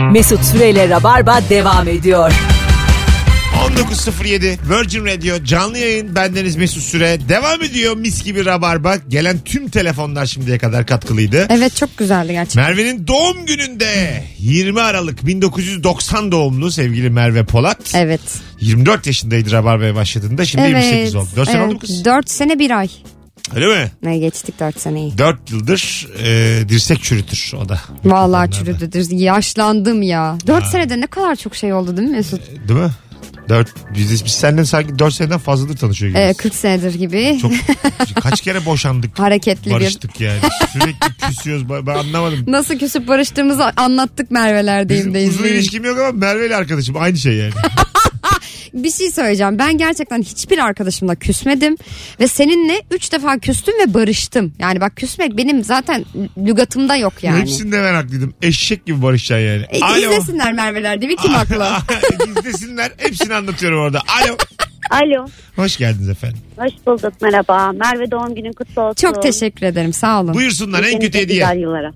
Mesut Süreyle Rabarba devam ediyor. 19.07 Virgin Radio canlı yayın, bendeniz Mesut Süre devam ediyor. Mis gibi Rabarba. Gelen tüm telefonlar şimdiye kadar katkılıydı. Evet, çok güzeldi gerçekten. Merve'nin doğum gününde 20 Aralık 1990 doğumlu sevgili Merve Polat. Evet. 24 yaşındaydı Rabarba'ya başladığında, şimdi 28 oldu. 4 sene oldu mu kız? 4 sene 1 ay. Öyle mi? Ne, geçtik 4 seneyi. 4 yıldır dirsek çürütür o da. Vallahi çürüdüdür. Yaşlandım ya. 4 senede ne kadar çok şey oldu değil mi Mesut? Değil mi? Biz senden sanki 4 seneden fazladır tanışıyor gibiyiz. 40 senedir gibi. Çok, kaç kere boşandık. Hareketli barıştık yani. Sürekli küsüyoruz. Ben anlamadım. Nasıl küsüp barıştığımızı anlattık Merve'lerdeyim de. Uzun ilişkim yok ama Merve'yle arkadaşım. Aynı şey yani. Bir şey söyleyeceğim. Ben gerçekten hiçbir arkadaşımla küsmedim. Ve seninle 3 defa küstüm ve barıştım. Yani bak, küsmek benim zaten lügatımda yok yani. Hepsinde ben haklıydım. Eşek gibi barışacaksın yani. İzlesinler Merve'ler değil mi? Kim haklı? İzlesinler. Hepsini anlatıyorum orada. Alo. Alo. Hoş geldiniz efendim. Hoş bulduk, merhaba. Merve, doğum günün kutlu olsun. Çok teşekkür ederim, sağ olun. Buyursunlar, en kötü hediye. Güzel yıllara.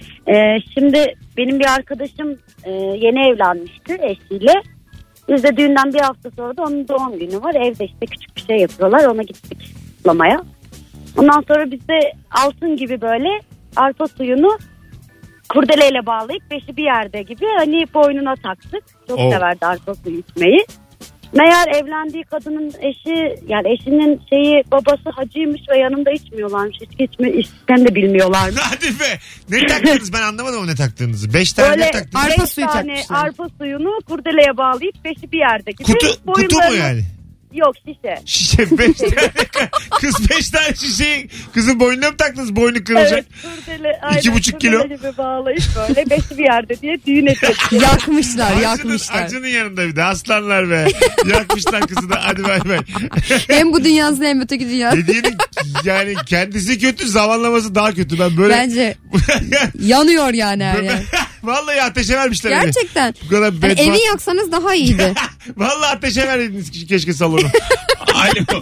Şimdi benim bir arkadaşım yeni evlenmişti eşiyle. Biz de düğünden bir hafta sonra da onun doğum günü var. Evde işte küçük bir şey yapıyorlar. Ona gittik kutlamaya. Ondan sonra biz de altın gibi böyle arpa suyunu kurdeleyle bağlayıp beşi bir yerde gibi hani boynuna taktık. Çok severdi arpa suyu içmeyi. Meğer evlendiği kadının eşi, yani eşinin babası hacıymış ve yanında içmiyorlarmış. Hiç içtiklerini de bilmiyorlarmış. Hadi be. Ne taktınız, ben anlamadım o ne taktığınızı. 5 tane böyle ne taktınız? Arpa suyu tane takmışlar. arpa suyunu kurdeleye bağlayıp beşi bir yerde gibi. Kutu mu yani? Yok, şişe. Şişe 5 tane. Kız 5 tane şişeyi kızın boynuna mı taktınız? Boynu kırılacak. Evet, kurdele, 2,5 kilo. Kurdele gibi bağlayıp böyle beşi bir yerde diye düğün ettik. Yakmışlar. Acının yanında bir de aslanlar be. Yakmışlar kızı da, hadi bay bay. Hem bu dünyası hem öteki dünyası. Hediyenin yani kendisi kötü, zamanlaması daha kötü. Ben böyle... Bence yanıyor yani her yer. Vallahi ateşe vermişler. Gerçekten. Bu kadar Yani evi yaksanız daha iyiydi. Vallahi ateşe verdiniz keşke salonu. Alo.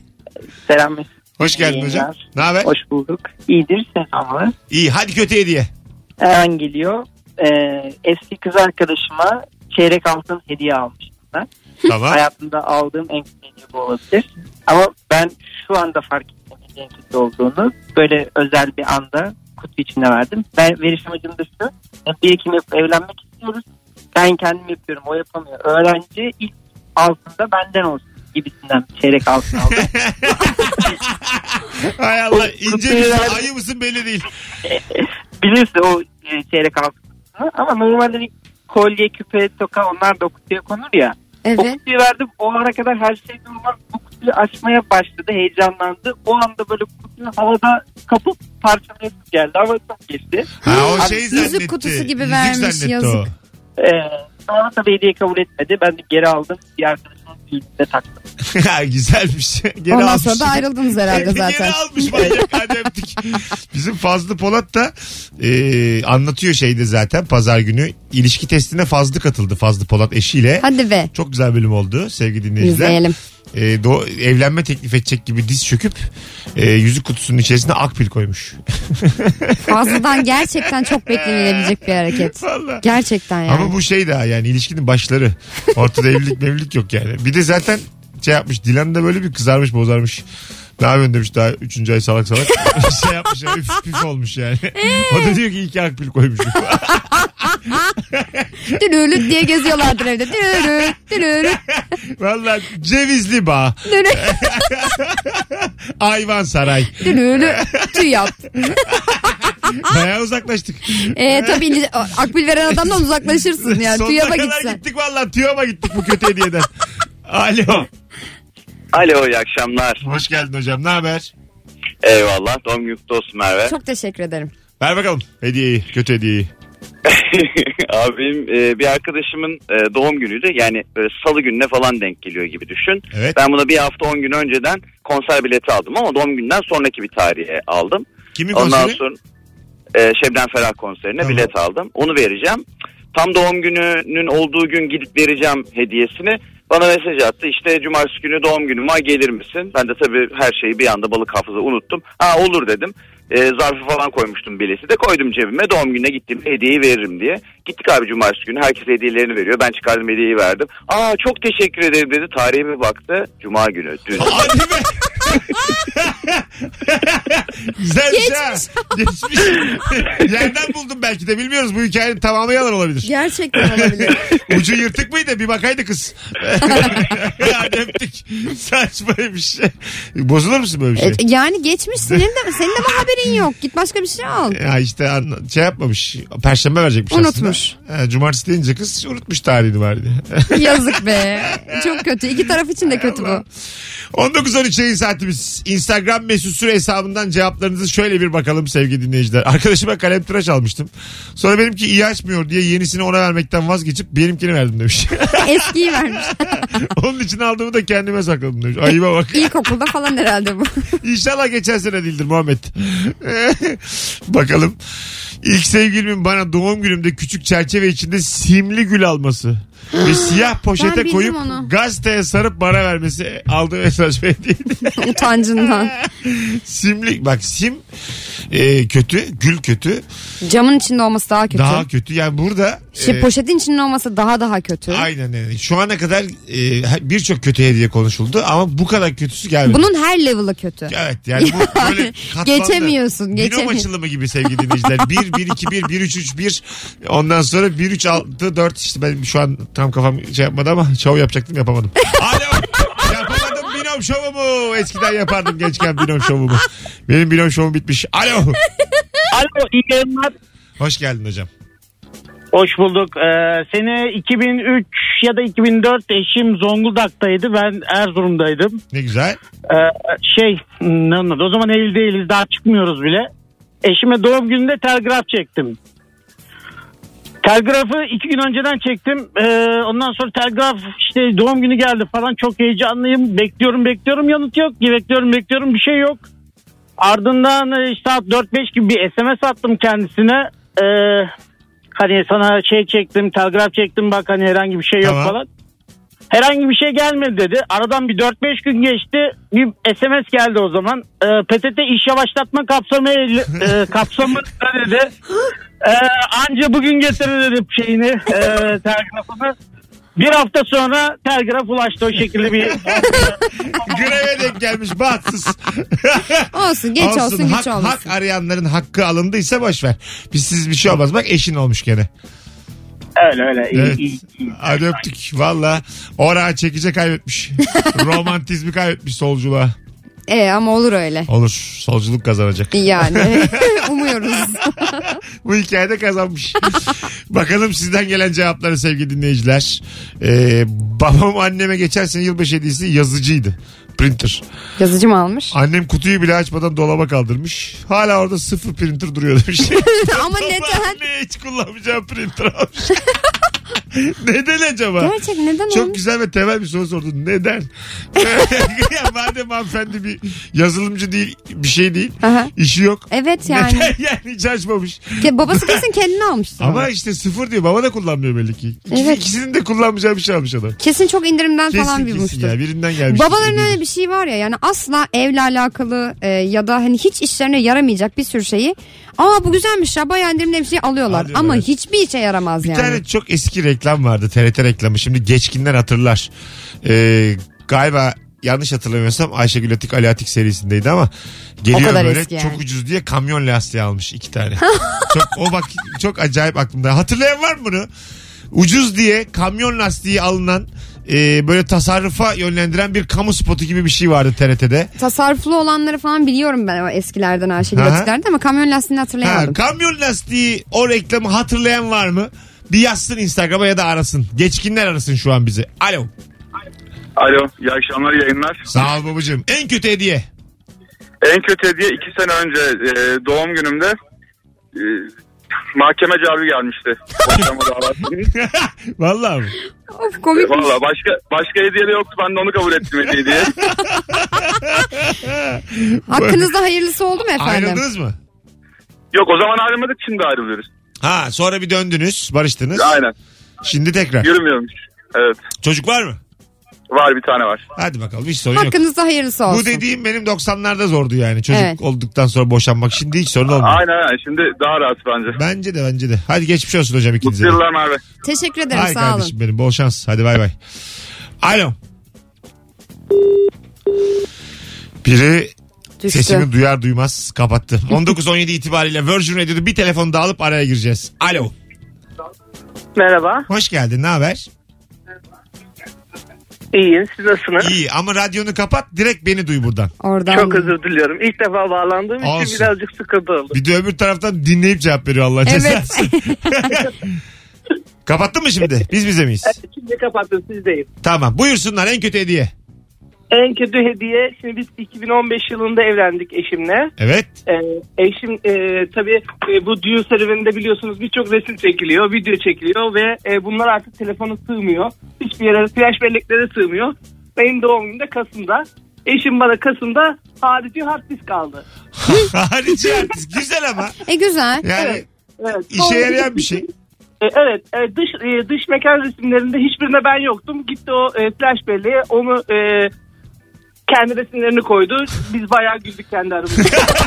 Selam Mesut. Hoş geldin hocam. Ne haber? Hoş bulduk. İyidir, sen ama. İyi, hadi kötü hediye. Hemen geliyor. Eski kız arkadaşıma çeyrek altın hediye almıştım ben. Tamam. Hayatımda aldığım en kötü hediye bu olabilir. Ama ben şu anda fark ettim en kötü olduğunu. Böyle özel bir anda kutu içine verdim. Ben veriş amacım da şu. Bir Ekim yapıp evlenmek istiyoruz. Ben kendim yapıyorum, o yapamıyor. Öğrenci ilk altında benden olsun gibisinden bir çeyrek altın aldım. Hay Allah, ince bir şey, ayı mısın belli değil. Bilirsin o çeyrek altını, ama normalde kolye, küpe, toka, onlar da o kutuya konur ya. Evet. O kutuyu verdim, o ana kadar her şey normal. Bu kutuyu açmaya başladı, heyecanlandı. O anda böyle kutuyu havada kapıp parçalayıp geldi ama çok geçti. Ha, o şey zannetti. Yüzük kutusu gibi Yüzük vermiş, zannetti yazık. o. Sonra tabii hediye kabul etmedi. Ben de geri aldım. Bir arkadaşımın düğününde taktım. Güzelmiş. Geri Ondan almış. sonra da ayrıldınız herhalde zaten. Geri almış manyak, hadi öptük. Bizim Fazlı Polat da anlatıyor şeyde zaten pazar günü. İlişki testine Fazlı katıldı, Fazlı Polat eşiyle. Hadi be. Çok güzel bölüm oldu sevgili dinleyiciler. İzleyelim. Evlenme teklif edecek gibi diz çöküp yüzük kutusunun içerisine akpil koymuş. Fazladan gerçekten çok beklenilebilecek bir hareket. Vallahi. Gerçekten yani. Ama bu şey daha yani ilişkinin başları. Ortada evlilik yok yani. Bir de zaten şey yapmış, Dilan da böyle bir kızarmış bozarmış. Ne yapıyorsun demiş, daha 3. ay salak şey yapmış yani, üf olmuş yani. O da diyor ki iyi ki akpil koymuşum. Dürülü diye geziyorlardır evde. Dürülü. Vallahi Cevizli Bağ. Ayvansaray. Dürülü. Tüy yap. Bayağı uzaklaştık. Tabii akbil veren adamdan uzaklaşırsın yani. Sonuna TÜYAP'a kadar gitsen. gittik vallahi, TÜYAP'a gittik bu kötü hediyeden. Alo. Alo, iyi akşamlar. Hoş geldin hocam, ne haber? Eyvallah, doğum günü kutlu olsun Merve. Çok teşekkür ederim. Ver bakalım hediyeyi, kötü hediyeyi. Abim bir arkadaşımın doğum günüydü. Yani salı gününe falan denk geliyor gibi düşün. Evet. Ben buna bir hafta 10 gün önceden konser bileti aldım ama doğum gününden sonraki bir tarihe aldım. Kimin Ondan konseri? sonra Şebnem Ferah konserine Tamam. bilet aldım. Onu vereceğim. Tam doğum gününün olduğu gün gidip vereceğim hediyesini. Bana mesaj attı. İşte cumartesi günü doğum günüm var, gelir misin? Ben de tabii her şeyi bir anda balık hafıza unuttum. Ha, olur dedim. zarfı falan koymuştum bilesi de koydum cebime. Doğum gününe gittiğimde hediyeyi veririm diye. Gittik abi cumartesi günü. Herkes hediyelerini veriyor. Ben çıkardım hediyeyi verdim. Aa çok teşekkür ederim dedi. Tarihe bir baktı. Cuma günü. Dün. Hadi be. Güzelmiş ha. Geçmiş. Yerden buldum belki de bilmiyoruz. Bu hikayenin tamamı yalan olabilir. Gerçekten olabilir. Ucu yırtık mıydı? Bir bakaydı kız. Hadi öptük. Saçmaymış. Bozulur musun böyle bir şey? Yani geçmiş senin de mi haberin yok? Git başka bir şey al. Ya işte şey yapmamış. Perşembe verecekmiş Unutmuş. aslında. Cumartesi deyince kız unutmuş tarihini var diye. Yazık be. Çok kötü. İki taraf için de kötü bu. 19-13 yayın saatimiz. Instagram mesut süre hesabından cevaplarınızı şöyle bir bakalım sevgili dinleyiciler. Arkadaşıma kalem tıraş almıştım. Sonra benimki iyi açmıyor diye yenisini ona vermekten vazgeçip benimkini verdim demiş. Eskiyi vermiş. Onun için aldığımı da kendime sakladım demiş. Ayıba bak. İlkokulda falan herhalde bu. İnşallah geçen sene değildir Muhammed. Bakalım. İlk sevgilimin bana doğum günümde küçük çerçeve içinde simli gül alması ve siyah poşete koyup onu. gazeteye sarıp bana vermesi aldığı mesaj hediyeydi. Utancından. Simli bak sim kötü, gül kötü. Camın içinde olması daha kötü. Daha kötü. Yani burada Poşetin içinde olması daha kötü. aynen öyle. Şu ana kadar birçok kötü hediye konuşuldu ama bu kadar kötüsü gelmedi. Bunun her level'ı kötü. Evet yani bu böyle katmanlı. Geçemiyorsun. Binom açılımı gibi sevgili dinleyiciler. 1-1-2-1-1-3-3-1 ondan sonra 1-3-6-4 işte ben şu an tam kafam şey yapmadı ama şov yapacaktım yapamadım. Alo yapamadım binom şovumu. Eskiden yapardım gençken binom şovumu. Benim binom şovum bitmiş. Alo. Alo iyi yayınlar. Hoş geldin hocam. Hoş bulduk. Sene 2003 ya da 2004 eşim Zonguldak'taydı. Ben Erzurum'daydım. Ne güzel. Ne anladı? O zaman evli değiliz. Daha çıkmıyoruz bile. Eşime doğum gününde telgraf çektim. Telgrafı 2 gün önceden çektim. Ondan sonra telgraf işte doğum günü geldi falan. Çok heyecanlıyım. Bekliyorum yanıt yok. Bekliyorum bir şey yok. Ardından saat 4-5 gibi bir SMS attım kendisine. Hani sana çektim, telgraf çektim bak hani herhangi bir şey yok Tamam. falan. Herhangi bir şey gelmedi dedi. Aradan bir 4-5 gün geçti. Bir SMS geldi o zaman. PTT iş yavaşlatma kapsamı dedi. Anca bugün getirir dedi şeyini, telgrafını. Bir hafta sonra telgraf ulaştı o şekilde bir... Greve denk gelmiş bahtsız. Olsun geç olsun güç olmasın. Hak arayanların hakkı alındıysa boşver. Bizsiz bir şey olmaz. Bak eşin olmuş gene. Öyle. Evet. İyi. Hadi öptük. Valla orağı çekici kaybetmiş. Romantizmi kaybetmiş solculuğa. Ama olur öyle. Olur. Solculuk kazanacak. Yani umuyoruz. Bu hikayede kazanmış. Bakalım sizden gelen cevapları sevgili dinleyiciler. Babam anneme geçen sene yılbaşı hediyesi yazıcıydı. Printer. Yazıcı mı almış? Annem kutuyu bile açmadan dolaba kaldırmış. Hala orada sıfır printer duruyor demiş. Ama neden? Anne hiç kullanmayacağım printer almış. Neden acaba? Gerçek neden Çok olmuş? güzel ve temel bir soru sordun. Neden? Ya madem hanımefendi bir yazılımcı değil, bir şey değil, Aha. işi yok. Evet yani. Neden yani hiç açmamış? Babası kesin kendini almıştır. Ama işte sıfır diyor. Baba da kullanmıyor belli ki. Evet. İkisinin de kullanmayacağı bir şey almış adam. Kesin çok indirimden falan Kesin bulmuştur. ya birinden gelmiş. Babaların öyle bir şey var ya yani asla evle alakalı ya da hani hiç işlerine yaramayacak bir sürü şeyi bu güzelmiş ya bayağı indirimli bir şey alıyorlar. Alıyorlar, Ama evet. hiçbir işe yaramaz Bir yani. tane çok eski reklam vardı. TRT reklamı. Şimdi geçkinler hatırlar. Galiba yanlış hatırlamıyorsam Ayşegül Atik Ali Atik serisindeydi ama geliyor O kadar böyle eski yani. çok ucuz diye kamyon lastiği almış 2 tane. Çok acayip aklımda. Hatırlayan var mı bunu? Ucuz diye kamyon lastiği alınan böyle tasarrufa yönlendiren bir kamu spotu gibi bir şey vardı TRT'de. Tasarruflu olanları falan biliyorum ben o eskilerden Ayşegül Aha. Atikler'de ama kamyon lastiğini hatırlayamadım. Kamyon lastiği o reklamı hatırlayan var mı? Bir yazsın Instagram'a ya da arasın. Geçkinler arasın şu an bizi. Alo. Alo, iyi akşamlar, yayınlar. Sağ ol babacığım. En kötü hediye. En kötü hediye 2 sene önce doğum günümde mahkeme cevabı gelmişti. Boşanma davası. Vallahi mi? Of komik. Valla başka hediye de yoktu, ben de onu kabul ettim hediye diye. Hakkınızda hayırlısı oldu mu efendim? Ayrıldınız mı? Yok, o zaman ayrılmadık, şimdi ayrılıyoruz. Sonra bir döndünüz, barıştınız. Aynen. Şimdi tekrar. Yürümüyormuş. Evet. Çocuk var mı? Var, bir tane var. Hadi bakalım, hiç sorun yok. Hakkınızda hayırlısı olsun. Bu dediğim benim 90'larda zordu yani. Çocuk Evet. olduktan sonra boşanmak, şimdi hiç sorun olmuyor. Aynen. Şimdi daha rahat bence. Bence de. Hadi geçmiş olsun hocam ikinize. Mutlu yıllar Merve. Teşekkür ederim, Hay sağ olun. kardeşim benim, bol şans. Hadi bay bay. Alo. Biri Düştü. sesimi duyar duymaz kapattı. 19-17 itibariyle Virgin Radio'da bir telefon daha alıp araya gireceğiz. Alo. Merhaba. Hoş geldin, ne haber? İyiyim. Siz nasılsınız? İyi ama radyonu kapat, direkt beni duy buradan. Oradan. Çok özür diliyorum. İlk defa bağlandığım Olsun. için birazcık sıkıntı oldu. Bir de öbür taraftan dinleyip cevap veriyor Allah Evet. cezası. Kapattın mı şimdi? Biz bize miyiz? Şimdi kapattım, sizdeyim. Tamam, buyursunlar, en kötü hediye. En kötü hediye, şimdi biz 2015 yılında evlendik eşimle. Evet. Eşim tabii bu düğün serüveninde biliyorsunuz birçok resim çekiliyor, video çekiliyor ve bunlar artık telefona sığmıyor. Hiçbir yere, flash belleklere sığmıyor. Benim doğum günüm de Kasım'da. Eşim bana Kasım'da harici hard disk aldı. Harici artist. Güzel ama. Güzel. Yani Evet. işe yarayan bir şey. Evet, dış mekan resimlerinde hiçbirine ben yoktum. Gitti o flash belleğe, onu kendi resimlerini koydu. Biz bayağı güldük kendi aramızda.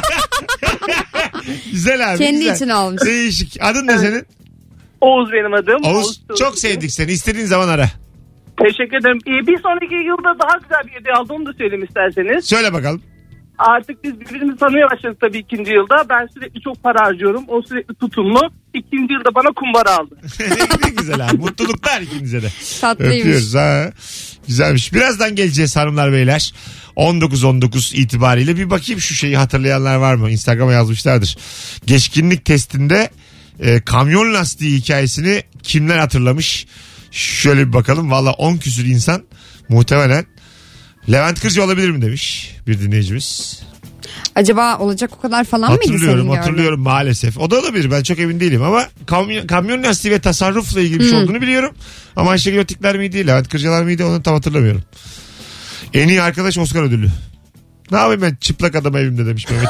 Güzel abi. Kendi güzel. için almış. Değişik. Adın ne senin? Oğuz benim adım. Oğuz. Çok sevdik seni. İstediğin zaman ara. Teşekkür ederim. Bir sonraki yılda daha güzel bir hediye aldığımı da söyleyeyim isterseniz. Söyle bakalım. Artık biz birbirimizi tanımaya başladık tabii ikinci yılda. Ben sürekli çok para harcıyorum. O sürekli tutumlu. İkinci yılda bana kumbara aldı. Ne güzel abi. Mutluluklar ikinize de. Tatlıymış. Öpüyoruz ha. Güzelmiş. Birazdan geleceğiz hanımlar beyler. 19-19 itibariyle bir bakayım şu şeyi hatırlayanlar var mı? Instagram'a yazmışlardır. Geçkinlik testinde kamyon lastiği hikayesini kimler hatırlamış? Şöyle bir bakalım. Valla 10 küsür insan muhtemelen Levent Kırcı olabilir mi demiş bir dinleyicimiz. Acaba olacak o kadar falan mıydı senin gördüğün? Hatırlıyorum maalesef. O da olabilir, ben çok emin değilim ama kamyon lastiği ve tasarrufla ilgili bir şey olduğunu biliyorum. Ama Ayşegül Ötikler miydi, Levent Kırcalar mıydı, onu tam hatırlamıyorum. En iyi arkadaş Oscar ödülü. Ne yapayım ben çıplak adam evimde demiş Mehmet.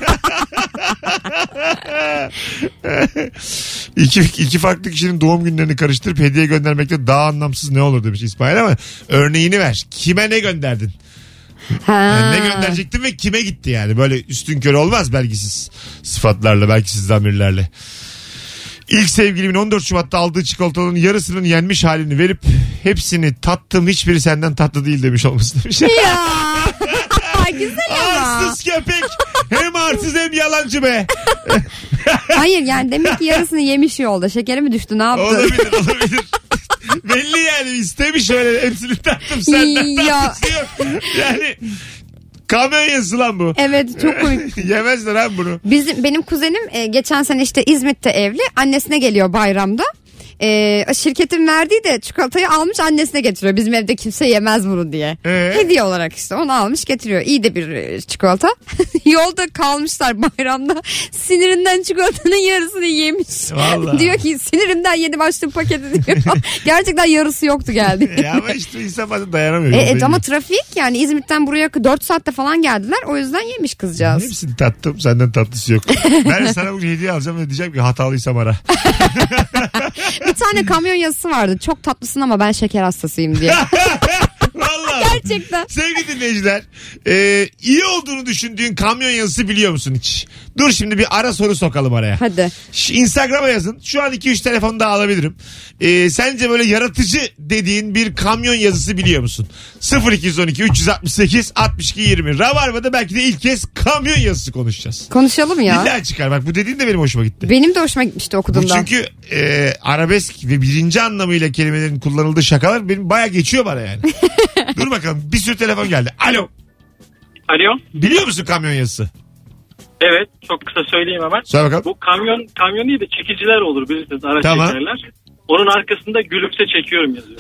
İki farklı kişinin doğum günlerini karıştırıp hediye göndermekte daha anlamsız ne olur demiş İsmail, ama örneğini ver. Kime ne gönderdin? Yani ne gönderecektin ve kime gitti yani? Böyle üstünkörü olmaz belgisiz sıfatlarla, belgisiz zamirlerle. İlk sevgilimin 14 Şubat'ta aldığı çikolataların yarısının yenmiş halini verip hepsini tattım, hiçbiri senden tatlı değil demiş olması demiş. Ya. Güzel ama. Arsız köpek. Hem arsız hem yalancı be. Hayır yani demek ki yarısını yemiş yolda. Şekeri mi düştü, ne yaptı? Olabilir. Belli yani, istemiş öyle, hepsini tattım senden Ya. tatlısı yok. Yani kamyon yazısı lan bu. Evet, çok komik. Yemezler abi bunu. Benim kuzenim geçen sene işte İzmit'te evli. Annesine geliyor bayramda. Şirketin verdiği de çikolatayı almış annesine getiriyor. Bizim evde kimse yemez bunu diye. Hediye olarak işte onu almış getiriyor. İyi de bir çikolata. Yolda kalmışlar bayramda. Sinirinden çikolatanın yarısını yemiş. Vallahi. Diyor ki sinirimden yedim, açtım paketi diyor. Gerçekten yarısı yoktu geldi. Ama işte insan bazen dayanamıyor. Ama trafik yani İzmit'ten buraya 4 saatte falan geldiler. O yüzden yemiş kızcağız. Hepsini tattım, senden tatlısı yok. Ben sana bugün hediye alacağım ve diyeceğim ki hatalıysam ara. Bir tane kamyon yazısı vardı. Çok tatlısın ama ben şeker hastasıyım diye. Vallahi. Gerçekten. Sevgili dinleyiciler, iyi olduğunu düşündüğün kamyon yazısı biliyor musun hiç? Dur şimdi bir ara soru sokalım araya. Hadi. Instagram'a yazın. Şu an 2-3 telefonu daha alabilirim. Sence böyle yaratıcı dediğin bir kamyon yazısı biliyor musun? 0212 368 62 20. Rabarba'da belki de ilk kez kamyon yazısı konuşacağız. Konuşalım ya. İlla çıkar. Bak bu dediğin de benim hoşuma gitti. Benim de hoşuma gitmişti Bu okuduğumda. çünkü arabesk ve birinci anlamıyla kelimelerin kullanıldığı şakalar benim baya geçiyor bana yani. Dur bakalım, bir sürü telefon geldi. Alo. Alo. Biliyor musun kamyon yazısı? Evet, çok kısa söyleyeyim hemen. Söyle bakalım. Bu kamyon değil de çekiciler olur bilirsiniz, araç Tamam. çekerler. Onun arkasında gülümse çekiyorum yazıyor.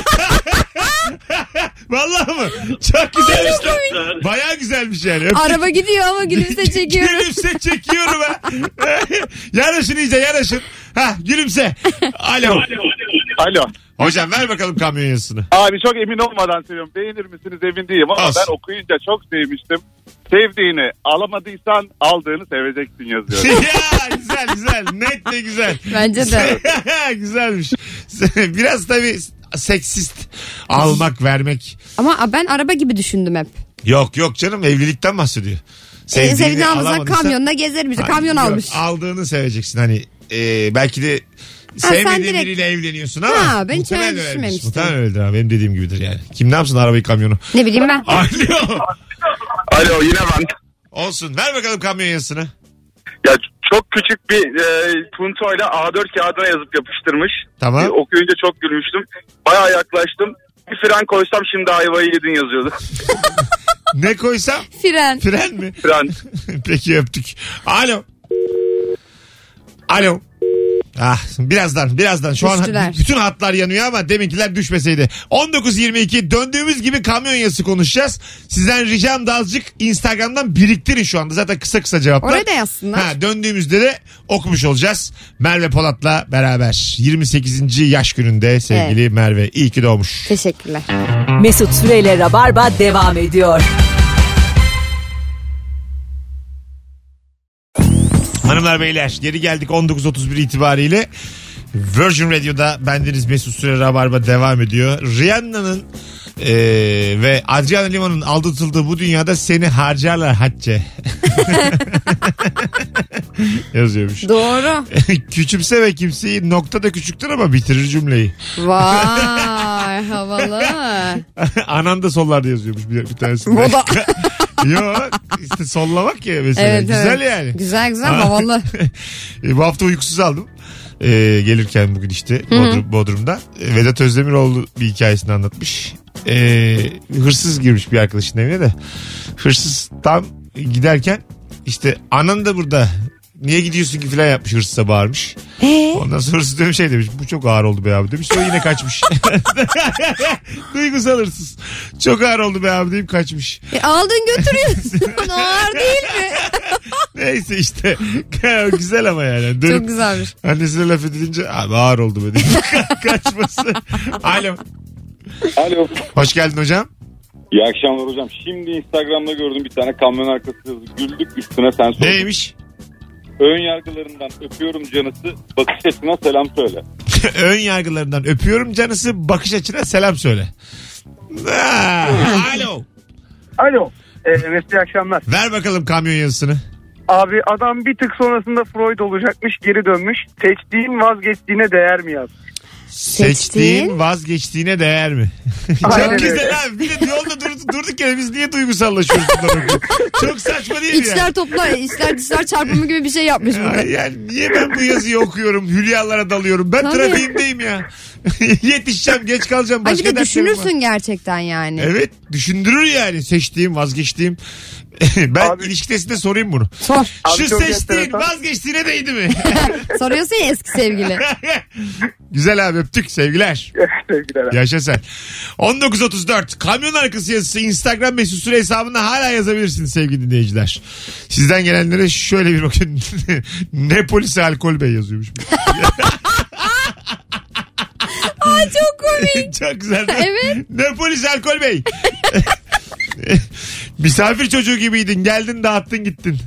Vallahi mı? Çok güzelmiş lan. Bayağı güzelmiş yani. Araba gidiyor ama gülümse çekiyorum. Gülümse çekiyorum ha. Yanaşın iyice, yanaşın. Ha, gülümse. Alo. Alo. Hocam ver bakalım kamyon yazısını. Abi çok emin olmadan söylüyorum. Beğenir misiniz emin değilim ama Olsun. ben okuyunca çok sevmiştim. Sevdiğini alamadıysan aldığını seveceksin yazıyor. Ya güzel. Net ve güzel. Bence de. Güzelmiş. Biraz tabii seksist almak vermek. Ama ben araba gibi düşündüm hep. Yok canım, evlilikten bahsediyor. Sevdiğini almışsa kamyonuna gezerim işte, kamyon almış. Aldığını seveceksin hani belki de sevmediğin biriyle evleniyorsun ama ben hiç öyle düşünmemiştim. Muhtemelen öyledir abi, benim dediğim gibidir yani. Kim ne yapsın arabayı kamyonu? Ne bileyim ben. Alo yine ben. Olsun, ver bakalım kamyon yazısını. Ya çok küçük bir puntoyla A4 kağıdına yazıp yapıştırmış. Tamam. Okuyunca çok gülmüştüm. Bayağı yaklaştım. Bir fren koysam şimdi ayvayı yedin yazıyordu. Ne koysam? Fren. Fren mi? Fren. Peki öptük. Alo. Birazdan şu Düştüler. an bütün hatlar yanıyor ama deminkiler düşmeseydi. 19.22 döndüğümüz gibi kamyon yazısı konuşacağız. Sizden ricam da azıcık Instagram'dan biriktirin şu anda. Zaten kısa cevaplar. Oraya da yazsınlar. Döndüğümüzde de okumuş olacağız. Merve Polat'la beraber 28. yaş gününde sevgili Merve. İyi ki doğmuş. Teşekkürler. Mesut Süreyle Rabarba devam ediyor. Hanımlar beyler, geri geldik 19.31 itibariyle. Virgin Radio'da bendeniz Mesut Süre Rabarba devam ediyor. Rihanna'nın ve Adriana Lima'nın aldatıldığı bu dünyada seni harcarlar hacce. Yazıyormuş. Doğru. Küçümse ve kimseyi, nokta da küçüktür ama bitirir cümleyi. Vay havalı. Anan da sollarda yazıyormuş bir tanesinde. Moda. Yok işte sollamak ya mesela. Evet, güzel yani. Güzel havalı. Bu hafta uykusuz aldım. Gelirken bugün işte Bodrum'da. Vedat Özdemiroğlu bir hikayesini anlatmış. Hırsız girmiş bir arkadaşın evine de. Hırsız tam giderken işte anan da burada, niye gidiyorsun ki falan yapmış, hırsıza bağırmış. Ondan sonra hırsız demiş, bu çok ağır oldu be abi demiş. Sonra yine kaçmış. Duygusal hırsız. Çok ağır oldu be abi deyip kaçmış. Aldın götürüyorsun. Ağır değil mi? Neyse işte. Güzel ama yani. Dönüp, çok güzelmiş. annesine laf edilince abi ağır oldu be deyip kaçması. Alo. Alo. Hoş geldin hocam. İyi akşamlar hocam. Şimdi Instagram'da gördüm bir tane kamyon arkası yazı. Güldük üstüne sen sordun. Neymiş? Ön yargılarından öpüyorum canısı, bakış açına selam söyle. Ön yargılarından öpüyorum canısı, bakış açına selam söyle. Alo. Alo. Mesut iyi akşamlar. Ver bakalım kamyon yazısını. Abi adam bir tık sonrasında Freud olacakmış, geri dönmüş. Seçtiğin vazgeçtiğine değer mi yaz? Seçtiğin vazgeçtiğine değer mi? Aynen Çok güzel öyle. abi. Bir de yolda durduk ya, biz niye duygusallaşıyoruz bundan? Çok saçma değil mi ya? İçler dışlar çarpımı gibi bir şey yapmış burada. Yani niye ben bu yazıyı okuyorum? Hülyalara dalıyorum. Ben trafiğimdeyim ya. Yetişeceğim, geç kalacağım. Başka bir de düşünürsün gerçekten yani. Evet, düşündürür yani. Seçtiğim, vazgeçtiğim. Ben abi, ilişkidesinde sorayım bunu. Sor. Şu seçtiğin vazgeçtiğine değdi mi? Soruyorsun ya eski sevgili. Güzel abi, öptük, sevgiler. Sevgiler abi. Yaşa sen. 19.34 kamyon arkası yazısı Instagram Mesut Süre hesabına hala yazabilirsiniz sevgili dinleyiciler. Sizden gelenlere şöyle bir bakın. Ne polisi alkol bey yazıyormuş. Aa, çok komik. Çok güzel. Evet. Ne polisi alkol bey. Misafir çocuğu gibiydin, geldin dağıttın gittin.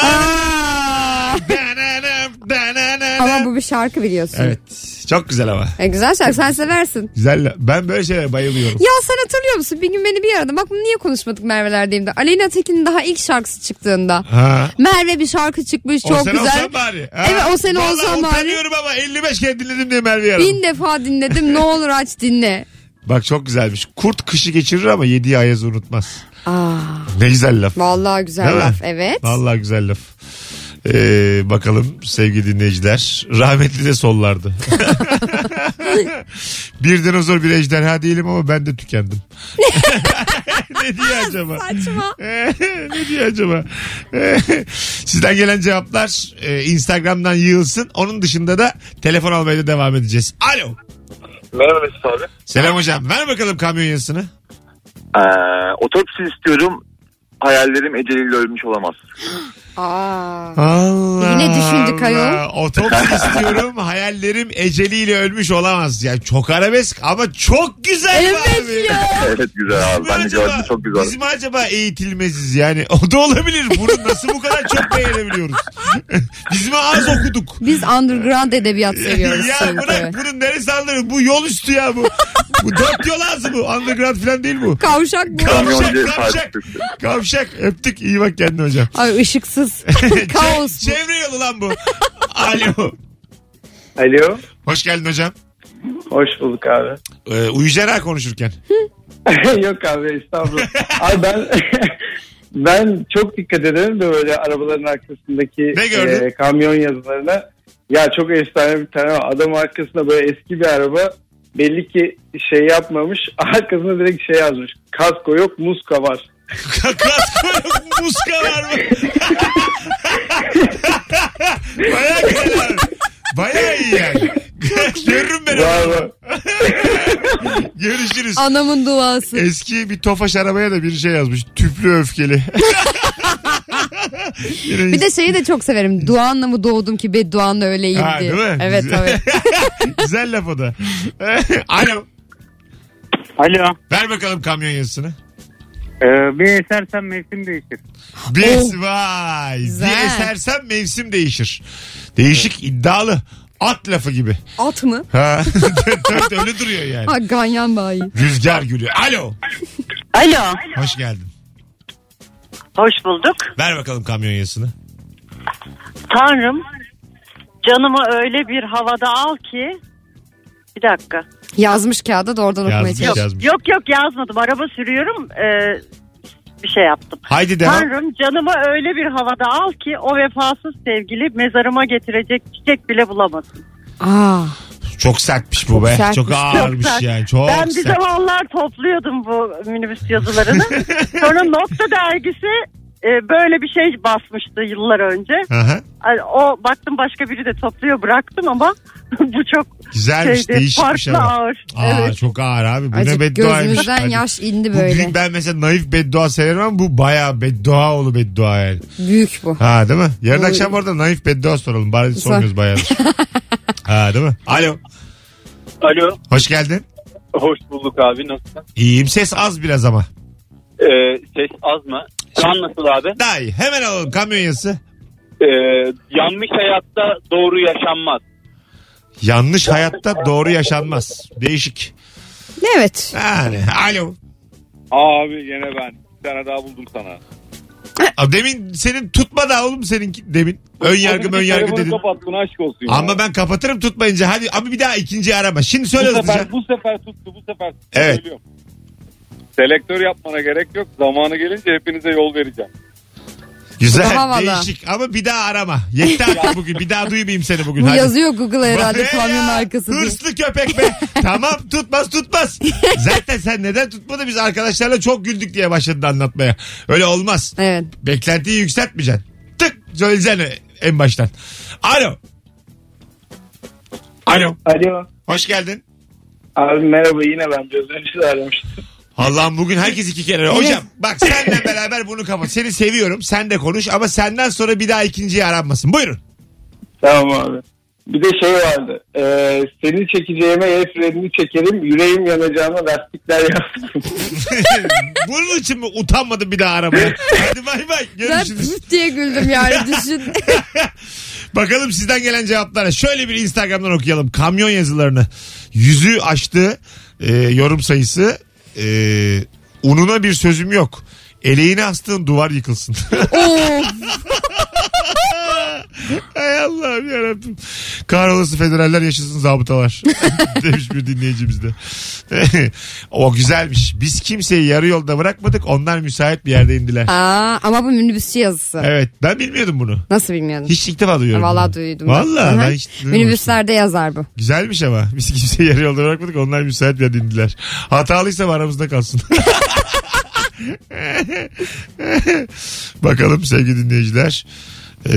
Ama bu bir şarkı biliyorsun. Evet, çok güzel ama. Güzel şarkı, sen seversin. Güzel, ben böyle şeylere bayılıyorum. Ya sen hatırlıyor musun? Bir gün beni bir aradı. Bak niye konuşmadık Merve'lerdeyimde. Aleyna Tekin'in daha ilk şarkısı çıktığında. Ha. Merve bir şarkı çıkmış, çok güzel. O sene olsan bari. Ha. Evet, o sene olsan bari. Utanıyorum ama 55 kere dinledim diye Merve'yi aradım. 1000 defa dinledim, ne olur aç dinle. Bak çok güzelmiş. Kurt kışı geçirir ama yediği ayazı unutmaz. Aa. Ne güzel laf. Vallahi güzel değil laf, mi? evet. Vallahi güzel laf. Bakalım sevgili dinleyiciler. Rahmetli de sollardı. Bir dinozor bir ejderha değilim ama ben de tükendim. Ne diyor acaba? Saçma. Ne diyor acaba? Sizden gelen cevaplar Instagram'dan yığılsın. Onun dışında da telefon almaya da devam edeceğiz. Alo. Merhaba Mesut abi. Selam hocam. Ver bakalım kamyon yazısını. Otopsi istiyorum. Hayallerim eceliyle ölmüş olamaz. Allah Yine düşündük ayol. Otopsi istiyorum. Hayallerim eceliyle ölmüş olamaz. Yani çok arabesk ama çok güzel. Evet abi. ya. Evet güzel abi. Ben de gördüm, çok güzel. Bizim acaba eğitilmeziz yani. O da olabilir. Bunu nasıl bu kadar çok beğenebiliyoruz? Biz mi az okuduk? Biz underground edebiyat seviyoruz. Ya çünkü. bırak bunun neresi anlarım? Bu yol üstü ya bu. Bu 4 yol ağzı bu. Underground falan değil bu. Kavşak bu. Kavşak. Öptük. İyi bak kendine hocam. Ay ışıksız. Kaos bu. Çevre yolu lan bu. Alo. Alo. Hoş geldin hocam. Hoş bulduk abi. Uyuyacaksın ha konuşurken. Yok abi estağfurullah. Abi ben çok dikkat ederim de böyle arabaların arkasındaki kamyon yazılarına. Ya çok efsane bir tane var. Adam arkasında böyle eski bir araba. Belli ki şey yapmamış. Arkasında direkt şey yazmış. Kasko yok, muska var. Kasko yok, muska var mı? Bayağı güzel abi. Bayağı iyi yani. Görürüm ben onu. Görüşürüz. Anamın duası. Eski bir Tofaş arabaya da bir şey yazmış. Tüplü öfkeli. Bir de şeyi de çok severim. Duanla mı doğdum ki bedduanla öyleyim Ha, diye. değil mi? Evet tabii. Güzel laf o da. Alo. Alo. Ver bakalım kamyon yazısını. Bir esersen mevsim değişir. Vay. Güzel. Bir esersem mevsim değişir. Değişik, iddialı. At lafı gibi. At mı? Ha. Dört öyle duruyor yani. Ha, ganyan bayi. Rüzgar gülü. Alo. Alo. Hoş geldin. Hoş bulduk. Ver bakalım kamyon yazısını. Tanrım canımı öyle bir havada al ki. Bir dakika. Yazmış kağıda da oradan okumaya çalışıyorum. Yok yazmadım. Araba sürüyorum. Bir şey yaptım. Haydi devam. Tanrım canımı öyle bir havada al ki o vefasız sevgili mezarıma getirecek çiçek bile bulamasın. Çok sertmiş bu be. Sertmiş. Çok ağırmış Çok sert. yani. Çok ben bir sert. zamanlar topluyordum bu minibüs yazılarını. Sonra Nokta dergisi böyle bir şey basmıştı yıllar önce. O baktım başka biri de topluyor, bıraktım ama bu çok güzelmiş, değişikmiş farklı ama. ağır. Evet. Çok ağır abi. Bu Acık ne bedduaymış. gözümüzden yaş indi böyle. Ben mesela naif beddua severim ama bu bayağı bedduaoğlu beddua yani. Büyük bu. Ha değil mi? Yarın akşam orada naif beddua soralım. Bari sormuyoruz bayağıdır. Ha değil mi? Alo. Alo. Hoş geldin. Hoş bulduk abi, nasılsın? İyiyim, ses az biraz ama. Ses az mı? Şu an nasıl abi? Daha iyi. Hemen alalım kamyon yazısı. Yanlış hayatta doğru yaşanmaz. Yanlış hayatta doğru yaşanmaz. Değişik. Evet. Yani alo. Abi gene ben. Bir tane daha buldum sana. Abi demin senin tutmadı oğlum seninki demin. Ön yargı dedin. Kapattın, aşk olsun ya. Ama ben kapatırım tutmayınca. Hadi abi bir daha ikinciyi arama. Şimdi söyle hızlıca. Bu sefer tuttu. Evet. Söylüyorum. Selektör yapmana gerek yok. Zamanı gelince hepinize yol vereceğim. Güzel, Havalı. değişik ama bir daha arama. Yetti artık bugün. Bir daha duymayayım seni bugün. Bu Hadi. yazıyor Google herhalde Bak kamyonun ya, arkası diye. hırslı köpek be. Tamam tutmaz. Zaten sen neden tutmadı, biz arkadaşlarla çok güldük diye başladın anlatmaya. Öyle olmaz. Evet. Beklentiyi yükseltmeyeceksin. Tık söyleyeceksin en baştan. Alo. Alo. Hoş geldin. Abi merhaba, yine ben biraz önce de aramıştım. Allah'ım bugün herkes 2 kere. Evet. Hocam bak senle beraber bunu kapat. Seni seviyorum, sen de konuş ama senden sonra bir daha ikinciyi aranmasın. Buyurun. Tamam abi. Bir de şey vardı. Seni çekeceğime el frenini çekerim. Yüreğim yanacağıma lastikler yaptım. Bunun için mi utanmadın bir daha aramaya? Hadi bay bay. Ben Görüşürüz. püf diye güldüm yani düşün. Bakalım sizden gelen cevaplara. Şöyle bir Instagram'dan okuyalım. Kamyon yazılarını. 100'ü aştı yorum sayısı. Ununa bir sözüm yok. Eleğini astığın duvar yıkılsın. Hay Allah'ım yarabbim. Kahrolası federaller yaşasın zabıtalar. Demiş bir dinleyicimiz de. O güzelmiş. Biz kimseyi yarı yolda bırakmadık. Onlar müsait bir yerde indiler. Ama bu minibüsçü yazısı. Evet, ben bilmiyordum bunu. Nasıl bilmiyordun? Hiç ilk defa duyuyorum. Vallahi duydum. Vallahi ben hiç duymamıştım. Minibüslerde yazar bu. Güzelmiş ama. Biz kimseyi yarı yolda bırakmadık. Onlar müsait bir yerde indiler. Hatalıysa aramızda kalsın. Bakalım sevgili dinleyiciler.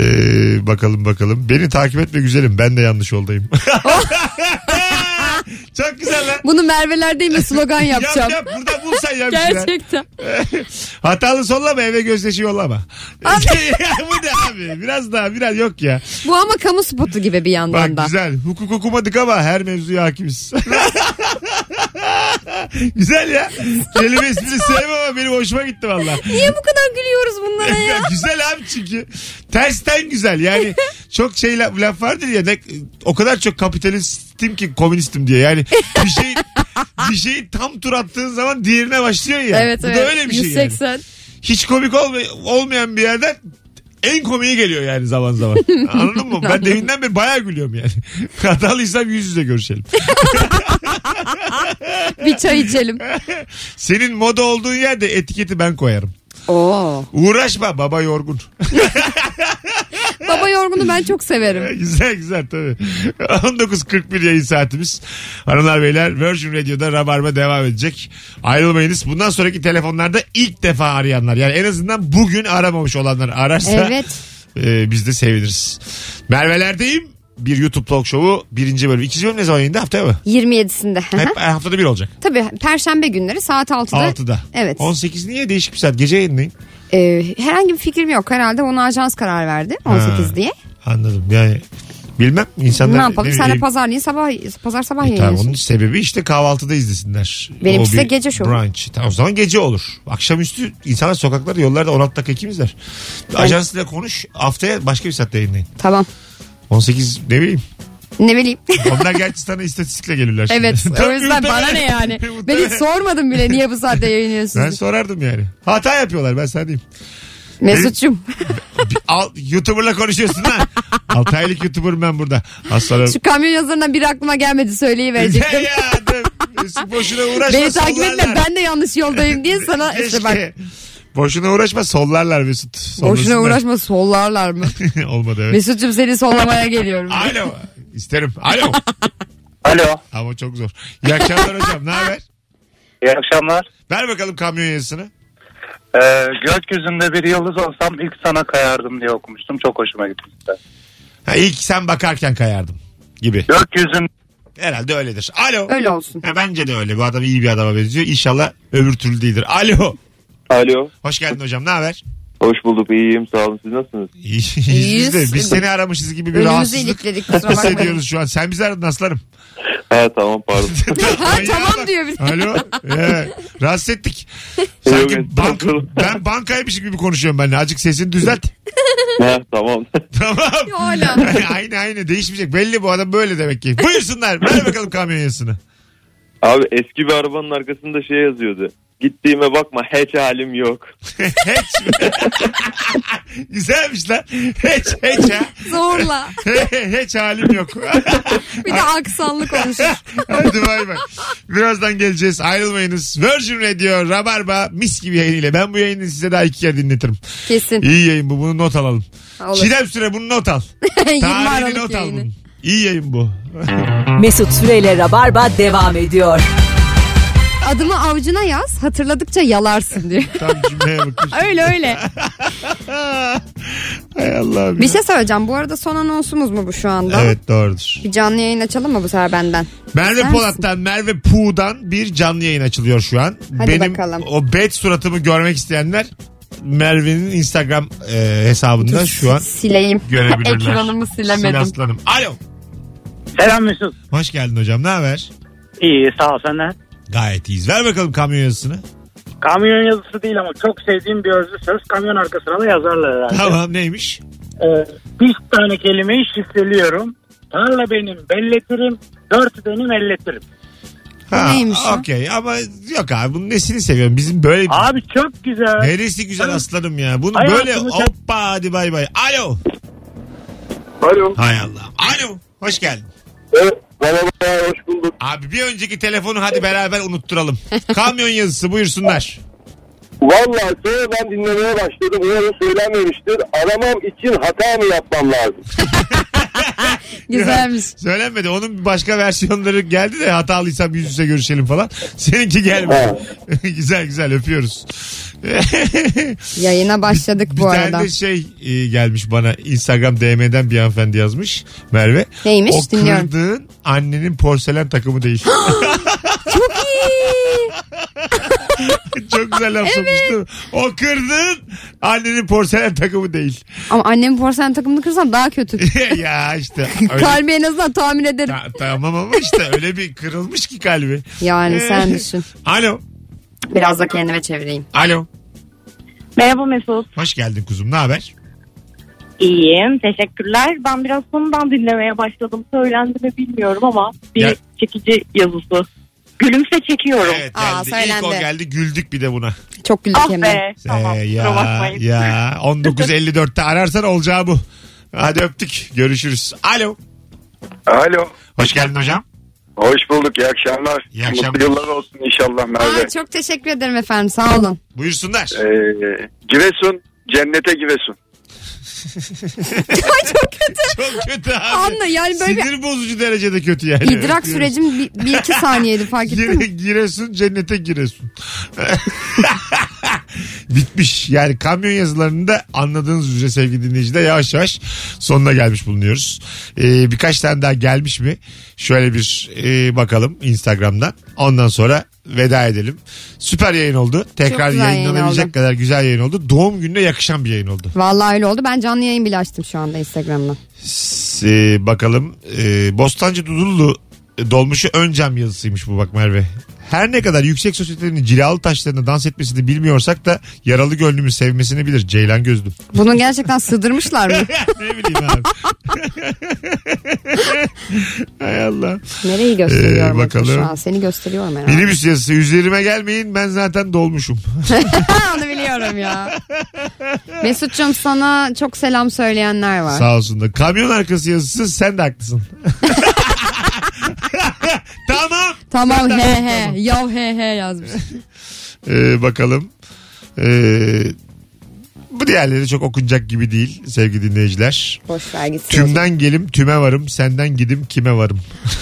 Bakalım. Beni takip etme güzelim. Ben de yanlış yoldayım. Çok güzel lan. Bunu Merve'lerdeyim slogan yapacağım. Yap burada bulsan ya. Gerçekten. Hatalı sollama, eve gözyaşı yollama. Bu ne abi? Biraz yok ya. Bu ama kamu spotu gibi bir yandan Bak da. güzel. Hukuk okumadık ama her mevzuya hakimiz. Güzel ya. Kelime espri sevmem ama benim hoşuma gitti valla. Niye bu kadar gülüyoruz bunlara ya? Güzel abi çünkü. Tersten güzel. Yani çok laf vardır ya, o kadar çok kapitalistim ki komünistim diye. Yani bir şeyi tam tur attığın zaman diğerine başlıyor ya. Evet, bu da öyle bir şey 180. yani. Hiç komik olmayan bir yerden en komiği geliyor yani zaman zaman. Anladın mı? Ben deminden beri bayağı gülüyorum yani. Hatalıysam yüz yüze görüşelim. Bir çay içelim. Senin moda olduğun yerde etiketi ben koyarım. Oo. Uğraşma, baba yorgun. Baba yorgunu ben çok severim. Güzel tabii. 19.41 yayın saatimiz. Hanımlar beyler, Virgin Radio'da Rabarba devam edecek. Ayrılmayınız. Bundan sonraki telefonlarda ilk defa arayanlar, yani en azından bugün aramamış olanlar ararsa evet. Biz de seviniriz. Merve'lerdeyim. Bir YouTube talk show'u 1. bölüm. 2. bölüm ne zaman yayında? Haftaya mı? 27'sinde. Hep haftada bir olacak. Tabii Perşembe günleri saat 6'da. 6'da. Evet. 18 niye? Değişik bir saat. Gece yayınlayın. Herhangi bir fikrim yok. Herhalde ona ajans karar verdi. 18 diye. Anladım. Yani bilmem. İnsanlar... Ne yapalım? Sen de pazar sabah Tamam, yayınlıyorsun. onun sebebi işte kahvaltıda izlesinler. Benimkisi de gece şovu. Brunch. Tamam, o zaman gece olur. Akşamüstü insanlar sokaklarda, yollarda 16 dakika ikimizler. Ajansıyla konuş. Haftaya başka bir saatte yayınlayın. Tamam. 18 ne bileyim. Ne bileyim. Onlar gerçi sana istatistikle gelirler şimdi. Evet. O yüzden bana ne yani. Ben hiç sormadım bile niye bu saatte yayınlıyorsunuz. Ben sorardım yani. Hata yapıyorlar, ben sana diyeyim. Mesut'cum. YouTuber'la konuşuyorsun ha. 6 aylık YouTuber'ım ben burada. Az sonra... Şu kamyon yazılarından biri aklıma gelmedi, söyleyiverecektim. Boşuna uğraşma. Beni takip etme, ben de yanlış yoldayım diye sana işte bak. Boşuna uğraşma, sollarlar Mesut. Boşuna uğraşma, sollarlar mı? Olmadı evet. Mesut'cum seni sollamaya geliyorum. Alo. İsterim. Alo. Alo. Ama çok zor. İyi akşamlar hocam. Ne haber? İyi akşamlar. Ver bakalım kamyon yazısını. Gökyüzünde bir yıldız olsam ilk sana kayardım diye okumuştum. Çok hoşuma gitti. İlk sen bakarken kayardım gibi. Gökyüzün. Herhalde öyledir. Alo. Öyle olsun. Bence de öyle. Bu adam iyi bir adama benziyor. İnşallah öbür türlü değildir. Alo. Alo. Hoş geldin hocam. Ne haber? Hoş bulduk. İyiyim. Sağ olun. Siz nasılsınız? İyiyiz de. Biz seni aramışız gibi bir rahatsızlık hissediyoruz şu an. Sen bizi aradın aslanım. Ha tamam, pardon. Tamam diyor bir. Alo. Rahatsız ettik. Sanki ben bankaymışım gibi konuşuyorum benimle. Azıcık sesini düzelt. Ha tamam. Tamam. Hala. Aynı değişmeyecek. Belli, bu adam böyle demek ki. Buyursunlar. Ver bakalım kamyon yazısını. Abi eski bir arabanın arkasında şey yazıyordu. Gittiğime bakma, hiç halim yok. Hiç mi? Güzelmiş lan. Hiç ha. Zorla. Hiç halim yok. Bir de aksanlı konuşur. Hadi bay bay. Birazdan geleceğiz. Ayrılmayınız. Virgin Radio Rabarba mis gibi yayınıyla. Ben bu yayını size daha 2 kere dinletirim. Kesin. İyi yayın bu. Bunu not alalım. Çiğdem Süre bunu not al. 20 Tarihini Aralık not al yayını. bunu. İyi yayın bu. Mesut Süreyle Rabarba devam ediyor. Adımı avucuna yaz, hatırladıkça yalarsın diyor. Tam cümleye bakmış. Öyle. Hay Allah'ım. Bir şey söyleyeceğim. Bu arada son anonsumuz mu bu şu anda? Evet, doğrudur. Bir canlı yayın açalım mı bu sefer benden? Merve İster Polat'tan, Merve Puğ'dan bir canlı yayın açılıyor şu an. Hadi Benim bakalım. o bet suratımı görmek isteyenler Merve'nin Instagram hesabında şu an sileyim. Görebilirler. Ekranımı silemedim. Sil aslanım. Alo. Selam Mesut. Hoş geldin hocam. Ne haber? İyi, sağ ol, senden. Gayet iyiyiz. Ver bakalım kamyon yazısını. Kamyon yazısı değil ama çok sevdiğim bir özlü söz. Kamyon arkasına da yazarlar herhalde. Tamam, neymiş? Bir tane kelimeyi şifreliyorum. Tarla benim belletirim, 4 benim elletirim. Neymiş o? Okey ama yok abi, bunun nesini seviyorum? Bizim böyle... Abi çok güzel. Neresi güzel aslanım ya? Bunu Hayatımı böyle hoppa hadi bay bay. Alo. Alo. Hay Allah. Alo. Hoş geldin. Evet. Merhaba, hoş bulduk. Abi bir önceki telefonu hadi beraber unutturalım. Kamyon yazısı buyursunlar. Vallahi sonra ben dinlemeye başladım. Umarım söylenmemiştir. Aramam için hata mı yapmam lazım? Güzelmiş. Söylenmedi. Onun başka versiyonları geldi de hatalıysam yüz yüze görüşelim falan. Seninki gelmedi. Güzel öpüyoruz. Yayına başladık bu arada. Bir tane de gelmiş bana Instagram DM'den bir hanımefendi yazmış Merve. Neymiş? O dinliyorum. kırdığın annenin porselen takımı değil. Çok iyi. Çok güzel laf sokmuştu. O kırdığın annenin porselen takımı değil. Ama annemin porselen takımını kırsam daha kötü. Ya işte. Kalbi en azından tahmin ederim. Tamam ama işte öyle bir kırılmış ki kalbi. Yani sen düşün. Alo. Biraz da kendime çevireyim. Alo. Merhaba Mesut. Hoş geldin kuzum. Ne haber? İyiyim. Teşekkürler. Ben biraz sonundan dinlemeye başladım. Söylendi mi bilmiyorum ama bir çekici yazısı. Gülümse çekiyorum. Evet geldi. İlk o geldi. Güldük bir de buna. Çok güldük hem de. Tamam. Ya 19.54'te ararsan olacağı bu. Hadi öptük. Görüşürüz. Alo. Alo. Hoş geldin hocam. Hoş bulduk. İyi akşamlar. İyi akşamlar. Mutlu yıllar olsun inşallah Merve. Çok teşekkür ederim efendim. Sağ olun. Buyursunlar. Giresun. Cennete Giresun. Çok kötü. Çok kötü abi. Anla yani böyle sinir bozucu derecede kötü yani. İdrak sürecim bir iki saniyeydi fark ettin mi? Giresun cennete Giresun. Bitmiş. Yani kamyon yazılarında anladığınız üzere sevgili dinleyiciler yavaş yavaş sonuna gelmiş bulunuyoruz. Birkaç tane daha gelmiş mi? Şöyle bir bakalım Instagram'dan. Ondan sonra veda edelim. Süper yayın oldu. Tekrar yayınlanabilecek kadar güzel yayın oldu. Doğum gününe yakışan bir yayın oldu. Vallahi öyle oldu. Ben canlı yayın bile açtım şu anda Instagram'dan. Bakalım. Bostancı Dudullu dolmuşu ön cam yazısıymış bu bak Merve. Her ne kadar yüksek sosyetenin cilalı taşlarına dans etmesini bilmiyorsak da yaralı gönlümü sevmesini bilir Ceylan Gözlüm. Bunu gerçekten sığdırmışlar mı? Ne bileyim abi. Hay Allah. Nereyi gösteriyorum bakalım. Şu an? Seni gösteriyorum herhalde. Minibüs yazısı üzerime gelmeyin ben zaten dolmuşum. Onu biliyorum ya. Mesut'cum sana çok selam söyleyenler var. Sağ olsun da. Kamyon arkası yazısı sen de haklısın. Tamam he. Yav he yazmış. Bakalım. Bu diğerleri çok okunacak gibi değil sevgili dinleyiciler. Boş ver gitsin. Tümden gelim tüme varım senden gidim kime varım.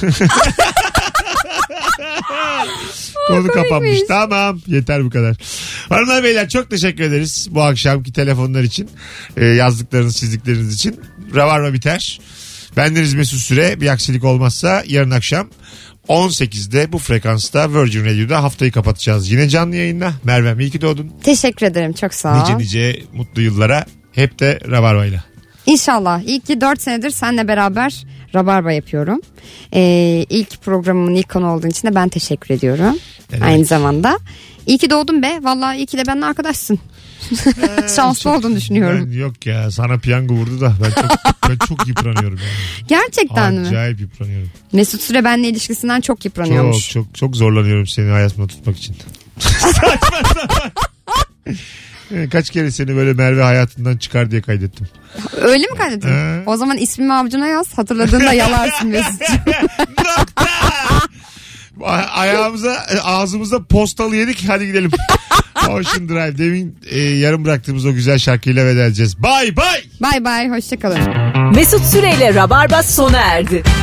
Konu kapanmış. Tamam yeter bu kadar. Hanımlar beyler çok teşekkür ederiz bu akşamki telefonlar için. Yazdıklarınız çizdikleriniz için. Rabarba biter. Bendeniz Mesut Süre, bir aksilik olmazsa yarın akşam 18'de bu frekansta Virgin Radio'da haftayı kapatacağız. Yine canlı yayınla. Merve'm iyi ki doğdun. Teşekkür ederim çok sağ ol. Nice mutlu yıllara hep de Rabarba'yla. İnşallah. İlk ki 4 senedir seninle beraber Rabarba yapıyorum. İlk programımın ilk konu olduğun için de ben teşekkür ediyorum. Evet. Aynı zamanda. İyi ki doğdun be. Vallahi iyi ki de benimle arkadaşsın. Şanslı olduğunu düşünüyorum. Yok ya sana piyango vurdu da ben çok yıpranıyorum. Yani. Gerçekten mi? Acayip yıpranıyorum. Mesut Süre benimle ilişkisinden çok yıpranıyormuş. Çok zorlanıyorum seni hayatımda tutmak için. Saçma sapan. Kaç kere seni böyle Merve hayatından çıkar diye kaydettim. Öyle mi kaydettin? O zaman ismimi avucuna yaz. Hatırladığında yalarsın Mesut'cum. Nokta. Ağzımıza postalı yedik. Hadi gidelim. Ocean Drive. Demin yarım bıraktığımız o güzel şarkıyla veda edeceğiz. Bye bye. Bye bye. Hoşçakalın. Mesut Süreyle Rabarba sona erdi.